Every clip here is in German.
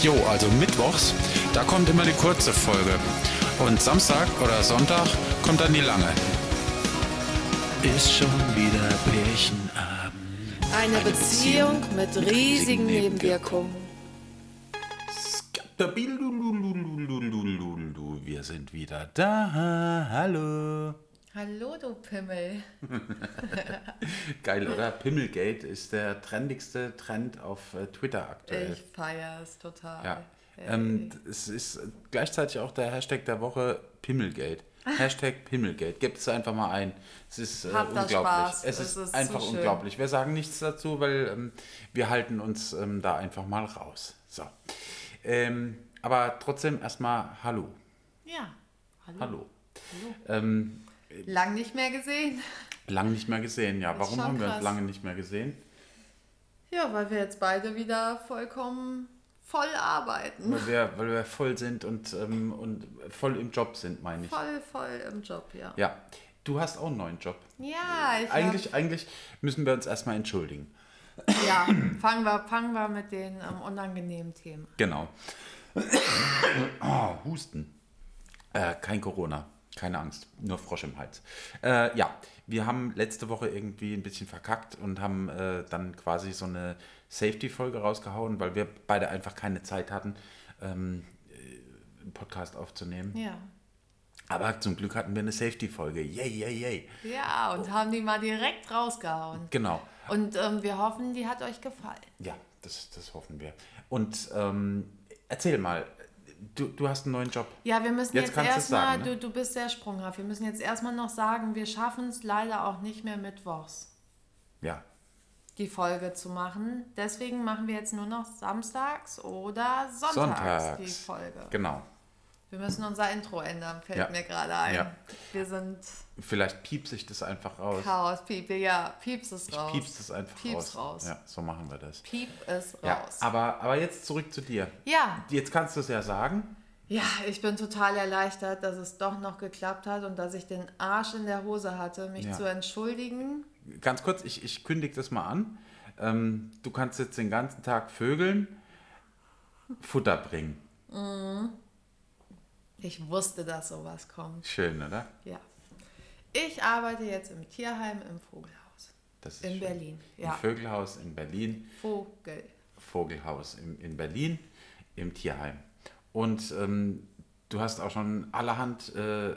Jo, also mittwochs, da kommt immer die kurze Folge. Und Samstag oder Sonntag kommt dann die lange. Ist schon wieder Pärchenabend. Eine Beziehung mit riesigen Nebenwirkungen. Wir sind wieder da. Hallo. Hallo, du Pimmel. Geil, oder? Pimmelgate ist der trendigste Trend auf Twitter aktuell. Ich feier's total. Ja. Es ist gleichzeitig auch der Hashtag der Woche Pimmelgate. Hashtag Pimmelgate. Gebt es einfach mal ein. Es ist unglaublich. Spaß. Es ist einfach so unglaublich. Wir sagen nichts dazu, weil wir halten uns da einfach mal raus. So. Aber trotzdem erstmal Hallo. Ja, Hallo. Lang nicht mehr gesehen. Lang nicht mehr gesehen, ja. Das ist Warum schon haben wir uns krass. lange nicht mehr gesehen? Ja, weil wir jetzt beide wieder vollkommen voll arbeiten. Weil wir voll sind und voll im Job sind, meine ich. Voll im Job, ja. Ja. Du hast auch einen neuen Job. Ja, Eigentlich müssen wir uns erstmal entschuldigen. Ja, fangen wir mit den unangenehmen Themen. Genau. Husten. Kein Corona. Keine Angst. Nur Frosch im Hals. Ja, wir haben letzte Woche irgendwie ein bisschen verkackt und haben dann quasi so eine Safety-Folge rausgehauen, weil wir beide einfach keine Zeit hatten, einen Podcast aufzunehmen. Ja. Aber zum Glück hatten wir eine Safety-Folge. Yay. Ja, und haben die mal direkt rausgehauen. Genau. Und wir hoffen, die hat euch gefallen. Ja, das hoffen wir. Und erzähl mal, du hast einen neuen Job. Ja, wir müssen jetzt kannst du es erstmal, sagen, ne? du bist sehr sprunghaft, wir müssen jetzt erstmal noch sagen, wir schaffen es leider auch nicht mehr mittwochs, Ja, die Folge zu machen. Deswegen machen wir jetzt nur noch samstags oder sonntags die Folge. Genau. Wir müssen unser Intro ändern, fällt Ja. mir gerade ein. Ja. Wir sind Vielleicht piepse ich das einfach raus. Chaos, Piep, ja, Pieps ist raus. Ich piepse das einfach Pieps raus. Ja, so machen wir das. Piep ist Ja, raus. aber jetzt zurück zu dir. Ja, Jetzt kannst du es ja sagen. ja, ich bin total erleichtert, dass es doch noch geklappt hat und dass ich den Arsch in der Hose hatte, mich Ja. zu entschuldigen. Ganz kurz, ich kündige das mal an. Du kannst jetzt den ganzen Tag vögeln, Futter bringen. Ich wusste, dass sowas kommt. Schön, oder? Ja. Ich arbeite jetzt im Tierheim im Vogelhaus. Das ist In schön. Berlin. Im Ja. Vögelhaus in Berlin. Vogelhaus in Berlin, im Tierheim. Und du hast auch schon allerhand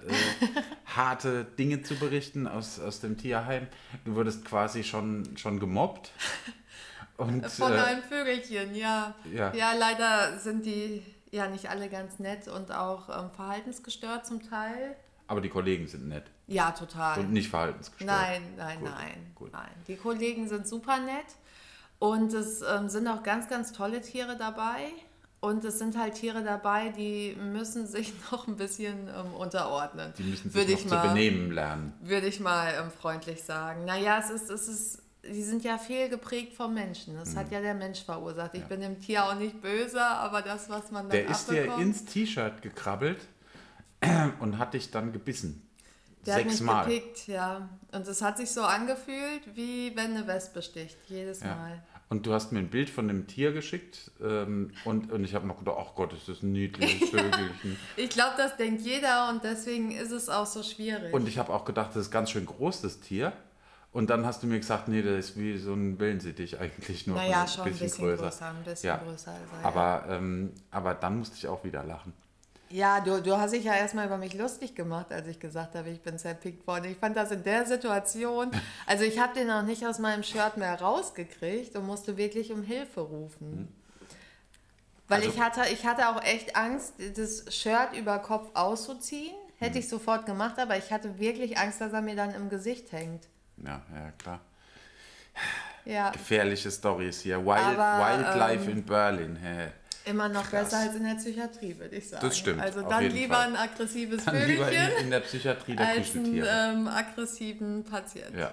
harte Dinge zu berichten aus dem Tierheim. Du wurdest quasi schon gemobbt. Und, Von einem Vögelchen, ja. Ja. Ja, leider sind die ja nicht alle ganz nett und auch verhaltensgestört zum Teil. aber die Kollegen sind nett Ja, total. und nicht verhaltensgestört. Gut, gut. Nein. Die Kollegen sind super nett und es sind auch ganz, ganz tolle Tiere dabei. Und es sind halt Tiere dabei, die müssen sich noch ein bisschen unterordnen. Die müssen Würde sich ich noch zu mal- benehmen lernen. Würde ich mal freundlich sagen. Naja, die sind ja fehlgeprägt vom Menschen. Das hat ja der Mensch verursacht. Ich bin dem Tier auch nicht böse, aber das, was man dann Der ist dir abbekommt, ins T-Shirt gekrabbelt und hat dich dann gebissen. der hat mich 6 Mal. gepickt, ja. Und es hat sich so angefühlt, wie wenn eine Wespe sticht. Jedes Ja. Mal. Und du hast mir ein Bild von dem Tier geschickt und ich habe noch gedacht, ach Gott, ist das ein niedliches Vögelchen. Ich glaube, das denkt jeder und deswegen ist es auch so schwierig. Und ich habe auch gedacht, das ist ganz schön groß, das Tier. Und dann hast du mir gesagt, nee, das ist wie so ein Wellensittich eigentlich nur. naja, schon ein bisschen größer. Ein bisschen Ja. größer als er. Aber dann musste ich auch wieder lachen. Ja, du hast dich ja erstmal über mich lustig gemacht, als ich gesagt habe, ich bin zerpickt worden. Ich fand das in der Situation, also ich habe den auch nicht aus meinem Shirt mehr rausgekriegt und musste wirklich um Hilfe rufen. Weil Also- ich hatte auch echt Angst, das Shirt über Kopf auszuziehen. Hätte ich sofort gemacht, aber ich hatte wirklich Angst, dass er mir dann im Gesicht hängt. Ja, klar. Ja, Gefährliche Stories hier. Aber, Wildlife in Berlin. Hä. immer noch Krass. besser als in der Psychiatrie, würde ich sagen. Das stimmt, Also auf dann jeden lieber Fall. ein aggressives Dann lieber Vögelchen in der Psychiatrie der als einen Kuscheltiere. aggressiven Patient. Ja.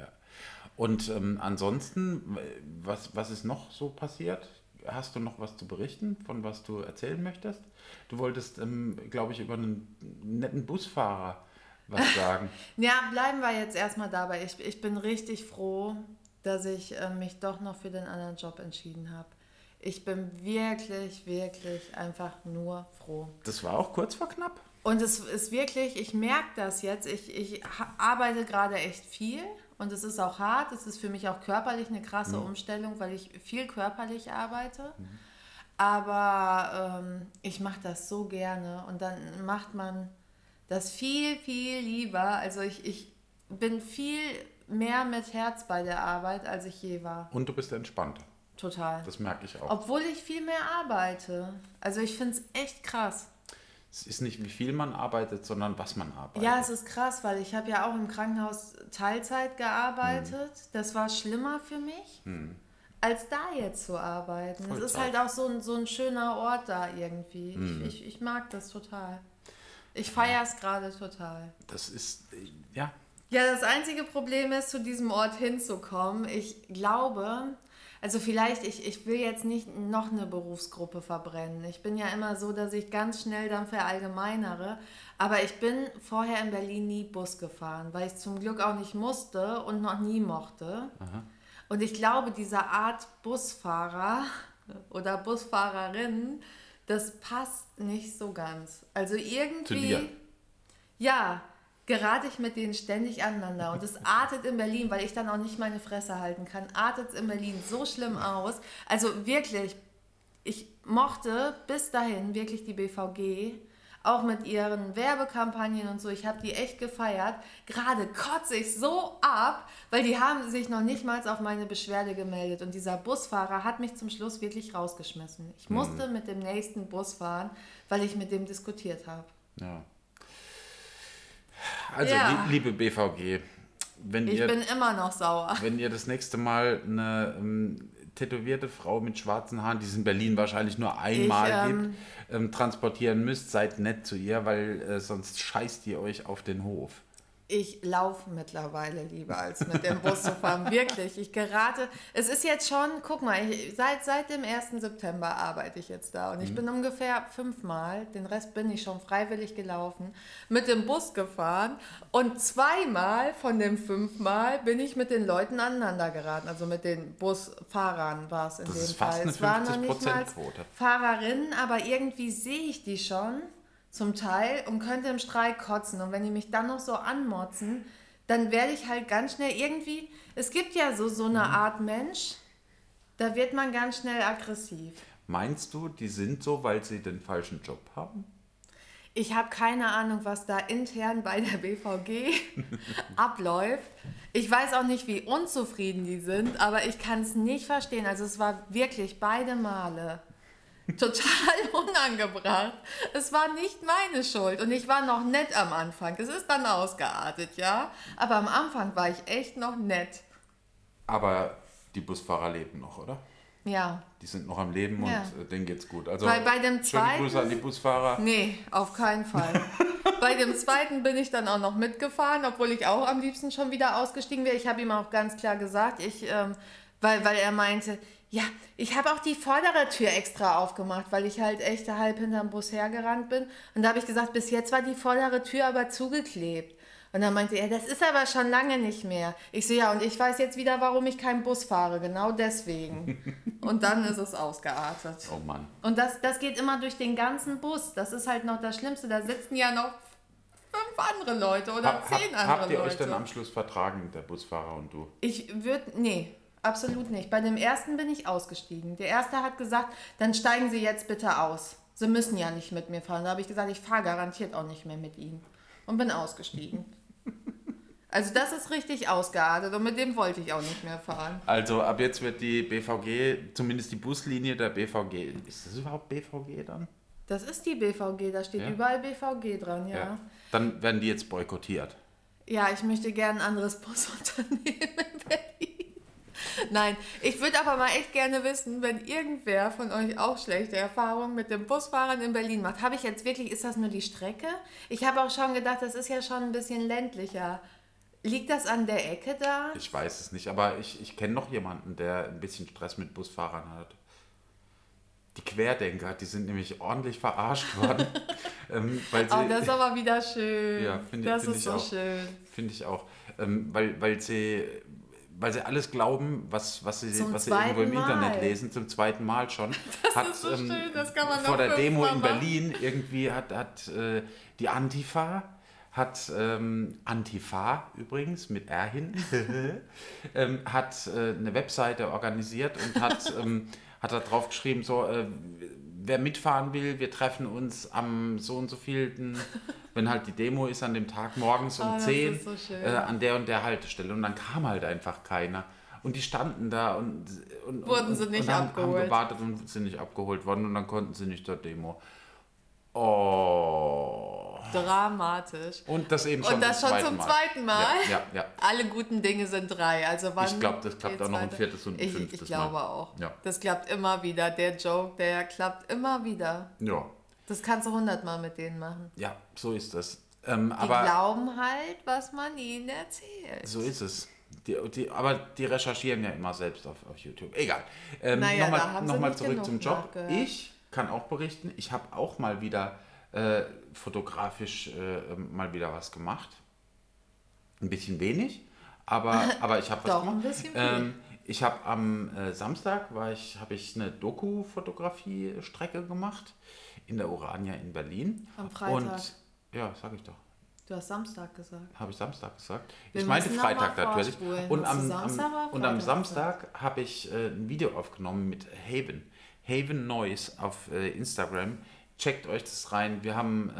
Und ansonsten, was ist noch so passiert? Hast du noch was zu berichten, von was du erzählen möchtest? Du wolltest, glaube ich, über einen netten Busfahrer was sagen. Ja, bleiben wir jetzt erstmal dabei. Ich bin richtig froh, dass ich mich doch noch für den anderen Job entschieden habe. Ich bin wirklich, wirklich einfach nur froh. Das war auch kurz vor knapp. Und es ist wirklich, ich merke das jetzt, ich arbeite gerade echt viel und es ist auch hart. Es ist für mich auch körperlich eine krasse Umstellung, weil ich viel körperlich arbeite. Aber ich mache das so gerne und dann macht man das viel, viel lieber. Also ich bin viel mehr mit Herz bei der Arbeit, als ich je war. Und du bist entspannter. Total. Das merke ich auch. Obwohl ich viel mehr arbeite. Also ich finde es echt krass. Es ist nicht, wie viel man arbeitet, sondern was man arbeitet. Ja, es ist krass, weil ich habe ja auch im Krankenhaus Teilzeit gearbeitet. Das war schlimmer für mich, als da jetzt zu arbeiten. Es ist halt auch so ein schöner Ort da irgendwie. Ich mag das total. Ich feiere es gerade total. Das ist, ja. Ja, das einzige Problem ist, zu diesem Ort hinzukommen. Ich glaube, also vielleicht, ich will jetzt nicht noch eine Berufsgruppe verbrennen. Ich bin ja immer so, dass ich ganz schnell dann verallgemeinere. Aber ich bin vorher in Berlin nie Bus gefahren, weil ich zum Glück auch nicht musste und noch nie mochte. Aha. Und ich glaube, diese Art Busfahrer oder Busfahrerin, das passt nicht so ganz. Also irgendwie, zu dir. Ja, gerate ich mit denen ständig aneinander. Und es artet in Berlin, weil ich dann auch nicht meine Fresse halten kann, artet es in Berlin so schlimm aus. Also wirklich, ich mochte bis dahin wirklich die BVG, auch mit ihren Werbekampagnen und so. Ich habe die echt gefeiert. Gerade kotze ich so ab, weil die haben sich noch nicht mal auf meine Beschwerde gemeldet. Und dieser Busfahrer hat mich zum Schluss wirklich rausgeschmissen. Ich musste mit dem nächsten Bus fahren, weil ich mit dem diskutiert habe. Ja. Also, liebe BVG, bin immer noch sauer. Wenn ihr das nächste Mal eine tätowierte Frau mit schwarzen Haaren, die es in Berlin wahrscheinlich nur einmal gibt, transportieren müsst, seid nett zu ihr, weil sonst scheißt ihr euch auf den Hof. Ich laufe mittlerweile lieber, als mit dem Bus zu fahren. Wirklich, ich gerate. Es ist jetzt schon, guck mal, seit dem 1. September arbeite ich jetzt da. Und ich bin ungefähr 5-mal, den Rest bin ich schon freiwillig gelaufen, mit dem Bus gefahren. Und 2-mal von den 5-mal bin ich mit den Leuten aneinander geraten. Also mit den Busfahrern war es in dem Fall. Das ist fast eine 50%-Quote. Fahrerinnen, aber irgendwie sehe ich die schon. Zum Teil und könnte im Streik kotzen. Und wenn die mich dann noch so anmotzen, dann werde ich halt ganz schnell irgendwie, es gibt ja so eine Art Mensch, da wird man ganz schnell aggressiv. Meinst du, die sind so, weil sie den falschen Job haben? Ich habe keine Ahnung, was da intern bei der BVG abläuft. Ich weiß auch nicht, wie unzufrieden die sind, aber ich kann es nicht verstehen. Also es war wirklich beide Male total unangebracht. Es war nicht meine Schuld und ich war noch nett am Anfang. Es ist dann ausgeartet, ja. Aber am Anfang war ich echt noch nett. Aber die Busfahrer leben noch, oder? Ja. Die sind noch am Leben und denen geht's gut. Also bei dem schöne Grüße an die Busfahrer. Nee, auf keinen Fall. Bei dem zweiten bin ich dann auch noch mitgefahren, obwohl ich auch am liebsten schon wieder ausgestiegen wäre. Ich habe ihm auch ganz klar gesagt, weil er meinte, ja, ich habe auch die vordere Tür extra aufgemacht, weil ich halt echt halb hinterm Bus hergerannt bin. Und da habe ich gesagt, bis jetzt war die vordere Tür aber zugeklebt. Und dann meinte er, das ist aber schon lange nicht mehr. Ich so, ja, und ich weiß jetzt wieder, warum ich keinen Bus fahre. Genau deswegen. Und dann ist es ausgeartet. Oh Mann. Und das geht immer durch den ganzen Bus. Das ist halt noch das Schlimmste. Da sitzen ja noch 5 andere Leute oder 10 andere Leute. Habt ihr euch denn am Schluss vertragen, der Busfahrer und du? Nee. Absolut nicht. Bei dem ersten bin ich ausgestiegen. Der erste hat gesagt, dann steigen Sie jetzt bitte aus. Sie müssen ja nicht mit mir fahren. Da habe ich gesagt, ich fahre garantiert auch nicht mehr mit Ihnen. Und bin ausgestiegen. Also das ist richtig ausgeartet und mit dem wollte ich auch nicht mehr fahren. Also ab jetzt wird die BVG, zumindest die Buslinie der BVG, ist das überhaupt BVG dann? Das ist die BVG, da steht überall BVG dran, ja. Dann werden die jetzt boykottiert. Ja, ich möchte gerne ein anderes Busunternehmen in Berlin. Nein, ich würde aber mal echt gerne wissen, wenn irgendwer von euch auch schlechte Erfahrungen mit den Busfahrern in Berlin macht. Habe ich jetzt wirklich, ist das nur die Strecke? Ich habe auch schon gedacht, das ist ja schon ein bisschen ländlicher. Liegt das an der Ecke da? Ich weiß es nicht, aber ich kenne noch jemanden, der ein bisschen Stress mit Busfahrern hat. Die Querdenker, die sind nämlich ordentlich verarscht worden. Weil sie, das ist aber wieder schön. Ja, das ist so schön. Finde ich auch. Weil sie weil sie alles glauben, was sie irgendwo im Internet lesen, zum zweiten Mal schon. Das ist so schön, das kann man vor der Demo in machen. Berlin irgendwie hat die Antifa, Antifa übrigens, mit R hinten, hat eine Webseite organisiert und hat da drauf geschrieben, so, wer mitfahren will, wir treffen uns am so und so vielten, wenn halt die Demo ist, an dem Tag morgens um 10 so an der und der Haltestelle. Und dann kam halt einfach keiner. Und die standen da und wurden sie nicht abgeholt. Haben gewartet und sind nicht abgeholt worden und dann konnten sie nicht zur Demo. Oh. Dramatisch. Und das eben schon und das schon zum zweiten Mal. Ja. Alle guten Dinge sind 3. Also wann ich glaube, das klappt auch noch ein 4. und ein 5. Ich glaube Mal. auch. Ja. Das klappt immer wieder. Der Joke, der klappt immer wieder. Ja. Das kannst du 100 Mal mit denen machen. Ja, so ist das. Die glauben halt, was man ihnen erzählt. So ist es. Aber die recherchieren ja immer selbst auf YouTube. Egal. Nochmal zurück zum Job. Ich kann auch berichten, ich habe auch mal wieder fotografisch mal wieder was gemacht. Ein bisschen wenig, aber ich habe was Doch, gemacht. Ein bisschen viel. Ich habe am Samstag habe ich eine Doku-Fotografie-Strecke gemacht in der Urania in Berlin. Am Freitag. Und ja, sag ich doch. Du hast Samstag gesagt. Habe ich Samstag gesagt? Wir ich meinte Freitag natürlich. Und am am Samstag habe ich ein Video aufgenommen mit Haven Noise auf Instagram. Checkt euch das rein. Wir haben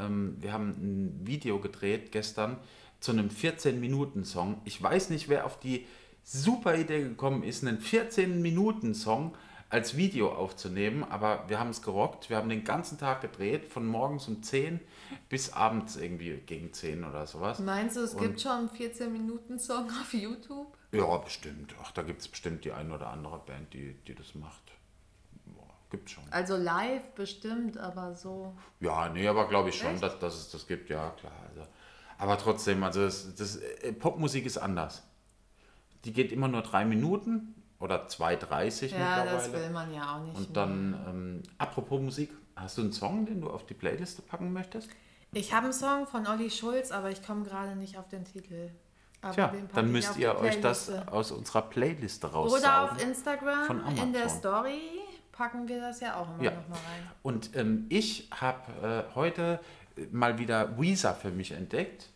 ein Video gedreht gestern zu einem 14-Minuten-Song. Ich weiß nicht, wer auf die super Idee gekommen ist, einen 14-Minuten-Song als Video aufzunehmen, aber wir haben es gerockt. Wir haben den ganzen Tag gedreht, von morgens um 10 bis abends irgendwie gegen 10 oder sowas. Meinst du, es gibt schon einen 14-Minuten-Song auf YouTube? Ja, bestimmt. Ach, da gibt es bestimmt die ein oder andere Band, die das macht. Boah, gibt's schon. Also live bestimmt, aber so... Ja, nee, aber glaube ich schon, dass es das gibt, ja, klar. Also, aber trotzdem, also Popmusik ist anders. Die geht immer nur 3 Minuten oder 2,30 mittlerweile. Ja, das will man ja auch nicht. Und dann, apropos Musik, hast du einen Song, den du auf die Playliste packen möchtest? Ich habe einen Song von Olli Schulz, aber ich komme gerade nicht auf den Titel. Aber tja, dann müsst ihr euch das aus unserer Playliste raussaugen. Oder auf Instagram in der Story packen wir das ja auch immer nochmal rein. Und ich habe heute mal wieder Weezer für mich entdeckt.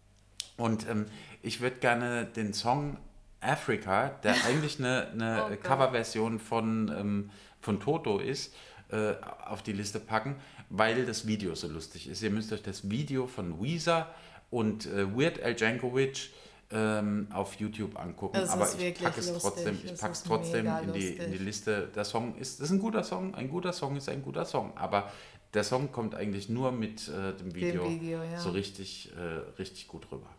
Und ich würde gerne den Song Africa, der eigentlich eine Coverversion von Toto ist, auf die Liste packen, weil das Video so lustig ist. Ihr müsst euch das Video von Weezer und Weird Al Yankovic auf YouTube angucken. Aber ich packe es trotzdem in die Liste. Das ist ein guter Song. Ein guter Song ist ein guter Song. Aber der Song kommt eigentlich nur mit dem Video so richtig gut rüber.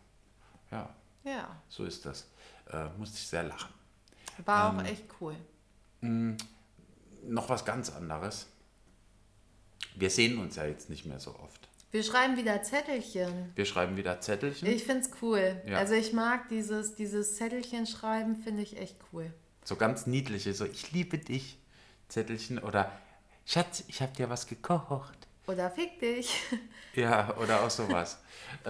Ja, so ist das. Musste ich sehr lachen. War auch echt cool. Noch was ganz anderes. Wir sehen uns ja jetzt nicht mehr so oft. Wir schreiben wieder Zettelchen. Ich finde es cool. Ja. Also ich mag dieses Zettelchen schreiben, finde ich echt cool. So ganz niedliche, so ich liebe dich Zettelchen oder Schatz, ich habe dir was gekocht. Oder fick dich. Ja, oder auch sowas.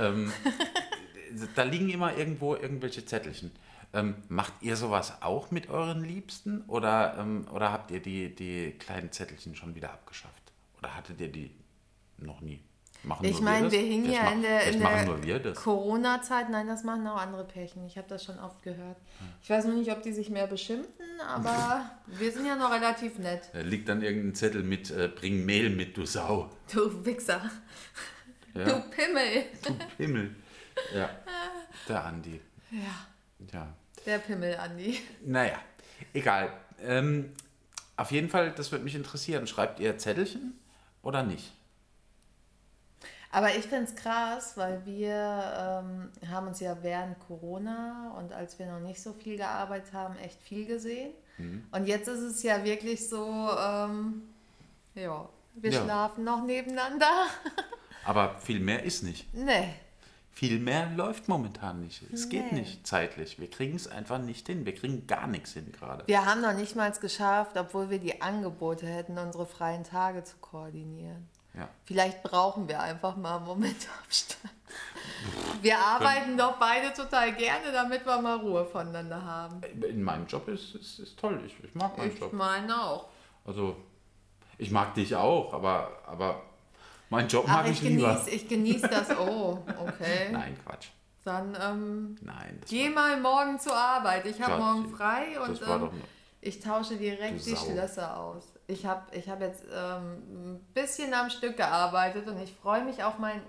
Da liegen immer irgendwo irgendwelche Zettelchen. Macht ihr sowas auch mit euren Liebsten oder habt ihr die kleinen Zettelchen schon wieder abgeschafft? Oder hattet ihr die noch nie? Ich meine, wir hingen ja in der Corona-Zeit. Nein, das machen auch andere Pärchen. Ich habe das schon oft gehört. Ich weiß nur nicht, ob die sich mehr beschimpfen, aber wir sind ja noch relativ nett. Da liegt dann irgendein Zettel mit, bring Mehl mit, du Sau. Du Wichser. Ja. Du Pimmel. Ja, der Andi. Ja. Der Pimmel-Andi. Naja, egal. Auf jeden Fall, das würde mich interessieren. Schreibt ihr Zettelchen oder nicht? Aber ich finde es krass, weil wir haben uns ja während Corona und als wir noch nicht so viel gearbeitet haben, echt viel gesehen. Und jetzt ist es ja wirklich so, wir schlafen noch nebeneinander. Aber viel mehr ist nicht. Nee. Viel mehr läuft momentan nicht. Es geht nicht zeitlich. Wir kriegen es einfach nicht hin. Wir kriegen gar nichts hin gerade. Wir haben noch nicht mal geschafft, obwohl wir die Angebote hätten, unsere freien Tage zu koordinieren. Ja. Vielleicht brauchen wir einfach mal einen Moment Abstand. Wir arbeiten doch beide total gerne, damit wir mal Ruhe voneinander haben. In meinem Job ist toll. Ich mag meinen Job. Ich meine auch. Also, ich mag dich auch, aber meinen Job mag ich lieber. Ich genieße das. Oh, okay. Nein, Quatsch. Dann Nein, geh mal morgen zur Arbeit. Ich habe morgen frei und ich tausche direkt die Schlösser aus. Ich hab jetzt ein bisschen am Stück gearbeitet und ich freue mich auf mein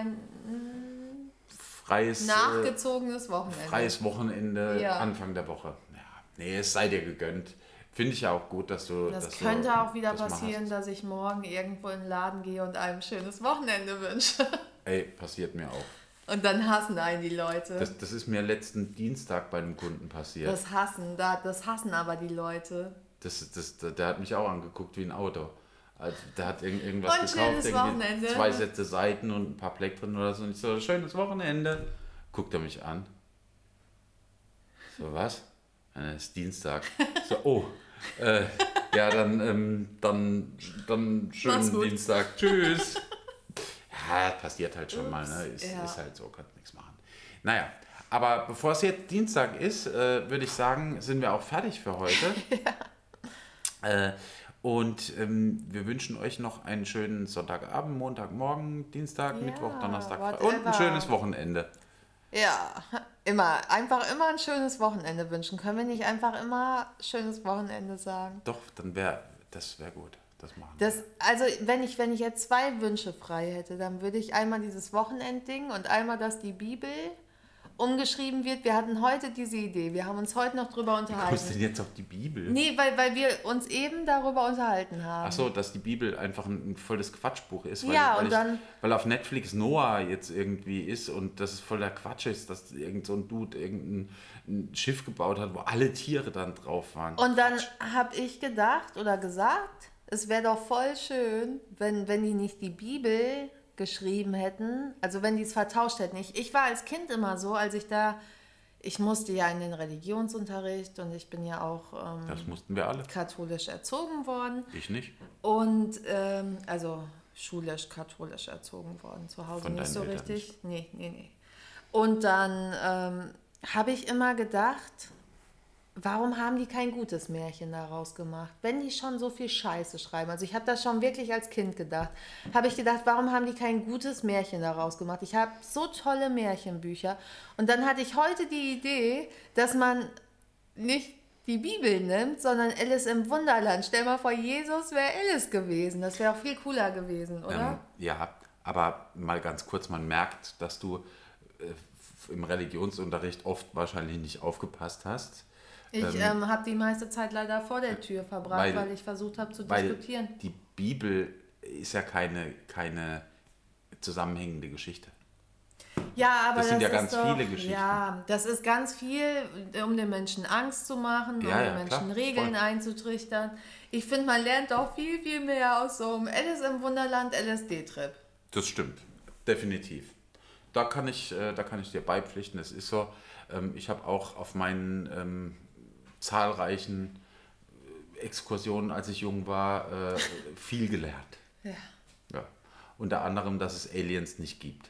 nachgezogenes Wochenende. Freies Wochenende, Anfang der Woche. Ja, nee, es sei dir gegönnt. Finde ich ja auch gut, dass du das könnte auch wieder passieren, dass ich morgen irgendwo in den Laden gehe und einem schönes Wochenende wünsche. Ey, passiert mir auch. Und dann hassen einen die Leute. Das ist mir letzten Dienstag bei einem Kunden passiert. Das hassen aber die Leute. Der hat mich auch angeguckt wie ein Auto. Also, der hat irgendwas gekauft, irgendwie 2 Sätze Seiten und ein paar Pleck drin oder so. Und ich so, schönes Wochenende. Guckt er mich an. So, was? Es ist Dienstag. So, oh. Ja, dann schönen Dienstag. Tschüss. Ja, passiert halt schon mal. Ne? Ist halt so, kann nichts machen. Naja, aber bevor es jetzt Dienstag ist, würde ich sagen, sind wir auch fertig für heute. Und wir wünschen euch noch einen schönen Sonntagabend, Montagmorgen, Dienstag, Mittwoch, Donnerstag, Freitag und ein schönes Wochenende. Ja, einfach immer ein schönes Wochenende wünschen. Können wir nicht einfach immer schönes Wochenende sagen? Doch, das wäre gut. Das machen also wenn ich jetzt 2 Wünsche frei hätte, dann würde ich einmal dieses Wochenendding und einmal, dass die Bibel umgeschrieben wird. Wir hatten heute diese Idee. Wir haben uns heute noch drüber unterhalten. Wie kommst du denn jetzt auf die Bibel? Nee, weil wir uns eben darüber unterhalten haben. Ach so, dass die Bibel einfach ein volles Quatschbuch ist. Weil auf Netflix Noah jetzt irgendwie ist und das ist voller Quatsch ist, dass irgend so ein Dude irgendein Schiff gebaut hat, wo alle Tiere dann drauf waren. Und dann habe ich gedacht oder gesagt, es wäre doch voll schön, wenn die nicht die Bibel geschrieben hätten, also wenn die es vertauscht hätten. Ich war als Kind immer so, ich musste ja in den Religionsunterricht und ich bin ja auch das mussten wir alle. Katholisch erzogen worden. Ich nicht. Und also schulisch katholisch erzogen worden, zu Hause nicht so richtig. Nicht. Nee. Und dann habe ich immer gedacht, warum haben die kein gutes Märchen daraus gemacht, wenn die schon so viel Scheiße schreiben? Also ich habe das schon wirklich als Kind gedacht. Habe ich gedacht, warum haben die kein gutes Märchen daraus gemacht? Ich habe so tolle Märchenbücher. Und dann hatte ich heute die Idee, dass man nicht die Bibel nimmt, sondern Alice im Wunderland. Stell mal vor, Jesus wäre Alice gewesen. Das wäre auch viel cooler gewesen, oder? Ja, aber mal ganz kurz, man merkt, dass du im Religionsunterricht oft wahrscheinlich nicht aufgepasst hast. Ich habe die meiste Zeit leider vor der Tür verbracht, weil ich versucht habe zu diskutieren. Die Bibel ist ja keine zusammenhängende Geschichte. Ja, aber das sind ja ganz viele Geschichten. Ja, das ist ganz viel, um den Menschen Angst zu machen, um den Menschen Regeln einzutrichtern. Ich finde, man lernt auch viel, viel mehr aus so einem Alice im Wunderland LSD-Trip. Das stimmt, definitiv. Da kann ich dir beipflichten. Es ist so, ich habe auch auf meinen zahlreichen Exkursionen, als ich jung war, viel gelernt. Ja. Unter anderem, dass es Aliens nicht gibt.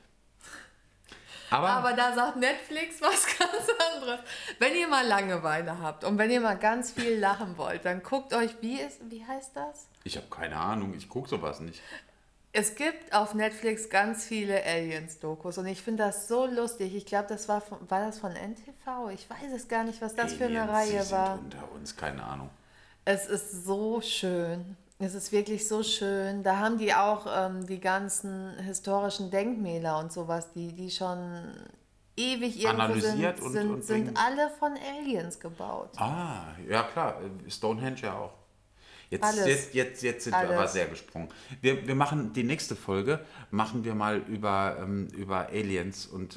Aber da sagt Netflix was ganz anderes. Wenn ihr mal Langeweile habt und wenn ihr mal ganz viel lachen wollt, dann guckt euch, wie heißt das? Ich habe keine Ahnung, ich gucke sowas nicht. Es gibt auf Netflix ganz viele Aliens-Dokus und ich finde das so lustig. Ich glaube, war das von NTV? Ich weiß es gar nicht, was das Aliens, für eine Reihe war. Sind unter uns, keine Ahnung. Es ist so schön. Es ist wirklich so schön. Da haben die auch die ganzen historischen Denkmäler und sowas, die schon ewig irgendwo analysiert sind alle von Aliens gebaut. Ah, ja klar. Stonehenge ja auch. Jetzt sind wir aber sehr gesprungen. Wir machen die nächste Folge, machen wir mal über Aliens und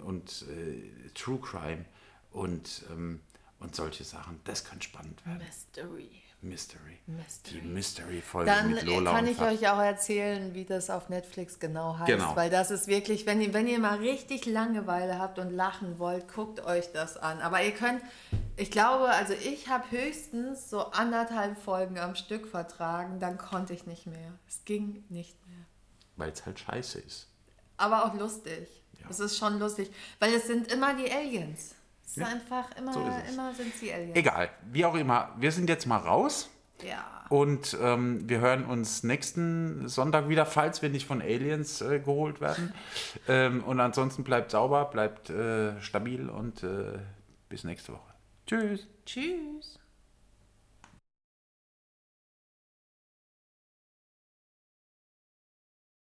True Crime und solche Sachen. Das kann spannend werden. Mystery. Die Mystery-Folge mit Lola. Dann kann ich euch auch erzählen, wie das auf Netflix genau heißt. Genau. Weil das ist wirklich, wenn ihr mal richtig Langeweile habt und lachen wollt, guckt euch das an. Aber ihr könnt, ich glaube, also ich habe höchstens so 1,5 Folgen am Stück vertragen, dann konnte ich nicht mehr. Es ging nicht mehr. Weil es halt scheiße ist. aber auch lustig. Ja. Es ist schon lustig, weil es sind immer die Aliens. Es ist einfach immer, so ist immer sind sie Aliens. Egal, wie auch immer. Wir sind jetzt mal raus. Ja. Und wir hören uns nächsten Sonntag wieder, falls wir nicht von Aliens geholt werden. Und ansonsten bleibt sauber, bleibt stabil und bis nächste Woche. Tschüss. Tschüss.